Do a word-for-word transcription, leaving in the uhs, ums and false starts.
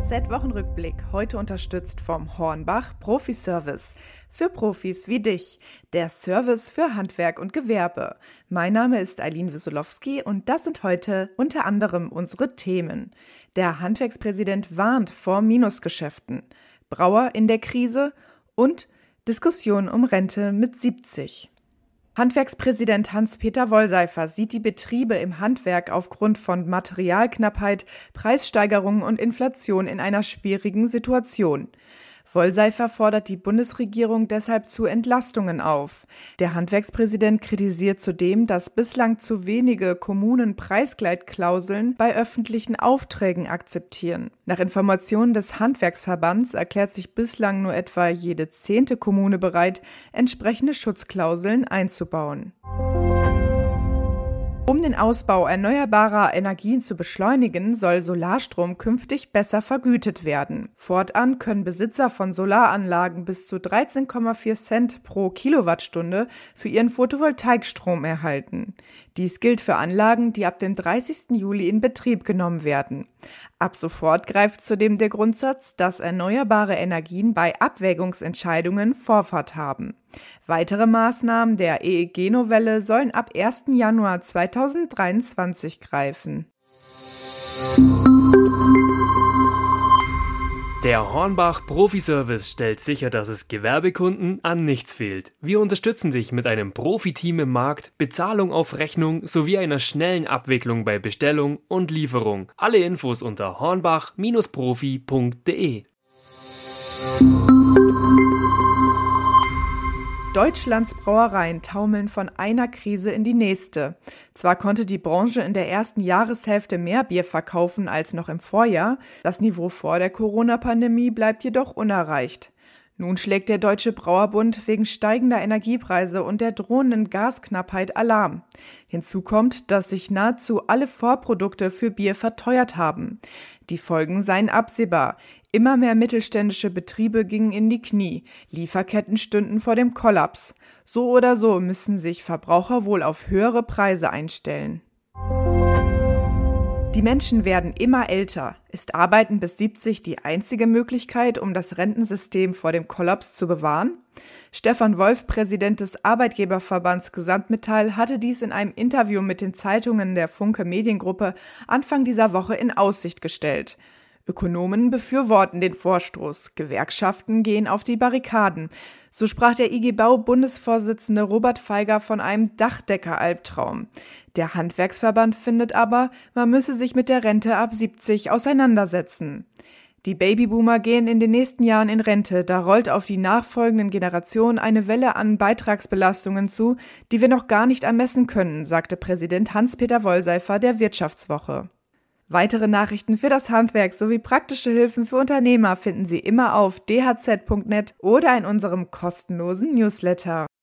H Z-Wochenrückblick, heute unterstützt vom Hornbach Profi-Service. Für Profis wie dich, der Service für Handwerk und Gewerbe. Mein Name ist Eileen Wiesolowski und das sind heute unter anderem unsere Themen. Der Handwerkspräsident warnt vor Minusgeschäften, Brauer in der Krise und Diskussion um Rente mit siebzig. Handwerkspräsident Hans-Peter Wollseifer sieht die Betriebe im Handwerk aufgrund von Materialknappheit, Preissteigerungen und Inflation in einer schwierigen Situation. Wollseifer fordert die Bundesregierung deshalb zu Entlastungen auf. Der Handwerkspräsident kritisiert zudem, dass bislang zu wenige Kommunen Preisgleitklauseln bei öffentlichen Aufträgen akzeptieren. Nach Informationen des Handwerksverbands erklärt sich bislang nur etwa jede zehnte Kommune bereit, entsprechende Schutzklauseln einzubauen. Um den Ausbau erneuerbarer Energien zu beschleunigen, soll Solarstrom künftig besser vergütet werden. Fortan können Besitzer von Solaranlagen bis zu dreizehn Komma vier Cent pro Kilowattstunde für ihren Photovoltaikstrom erhalten. Dies gilt für Anlagen, die ab dem dreißigsten Juli in Betrieb genommen werden. Ab sofort greift zudem der Grundsatz, dass erneuerbare Energien bei Abwägungsentscheidungen Vorfahrt haben. Weitere Maßnahmen der E E G-Novelle sollen ab ersten Januar zweitausenddreiundzwanzig greifen. Der Hornbach Profi-Service stellt sicher, dass es Gewerbekunden an nichts fehlt. Wir unterstützen dich mit einem Profiteam im Markt, Bezahlung auf Rechnung sowie einer schnellen Abwicklung bei Bestellung und Lieferung. Alle Infos unter hornbach Bindestrich profi Punkt de. Deutschlands Brauereien taumeln von einer Krise in die nächste. Zwar konnte die Branche in der ersten Jahreshälfte mehr Bier verkaufen als noch im Vorjahr, das Niveau vor der Corona-Pandemie bleibt jedoch unerreicht. Nun schlägt der Deutsche Brauerbund wegen steigender Energiepreise und der drohenden Gasknappheit Alarm. Hinzu kommt, dass sich nahezu alle Vorprodukte für Bier verteuert haben. Die Folgen seien absehbar. Immer mehr mittelständische Betriebe gingen in die Knie, Lieferketten stünden vor dem Kollaps. So oder so müssen sich Verbraucher wohl auf höhere Preise einstellen. Die Menschen werden immer älter. Ist Arbeiten bis siebzig die einzige Möglichkeit, um das Rentensystem vor dem Kollaps zu bewahren? Stefan Wolf, Präsident des Arbeitgeberverbands Gesamtmetall, hatte dies in einem Interview mit den Zeitungen der Funke Mediengruppe Anfang dieser Woche in Aussicht gestellt. Ökonomen befürworten den Vorstoß, Gewerkschaften gehen auf die Barrikaden. So sprach der I G Bau-Bundesvorsitzende Robert Feiger von einem Dachdecker-Albtraum. Der Handwerksverband findet aber, man müsse sich mit der Rente ab siebzig auseinandersetzen. Die Babyboomer gehen in den nächsten Jahren in Rente, da rollt auf die nachfolgenden Generationen eine Welle an Beitragsbelastungen zu, die wir noch gar nicht ermessen können, sagte Präsident Hans-Peter Wollseifer der Wirtschaftswoche. Weitere Nachrichten für das Handwerk sowie praktische Hilfen für Unternehmer finden Sie immer auf d h z punkt net oder in unserem kostenlosen Newsletter.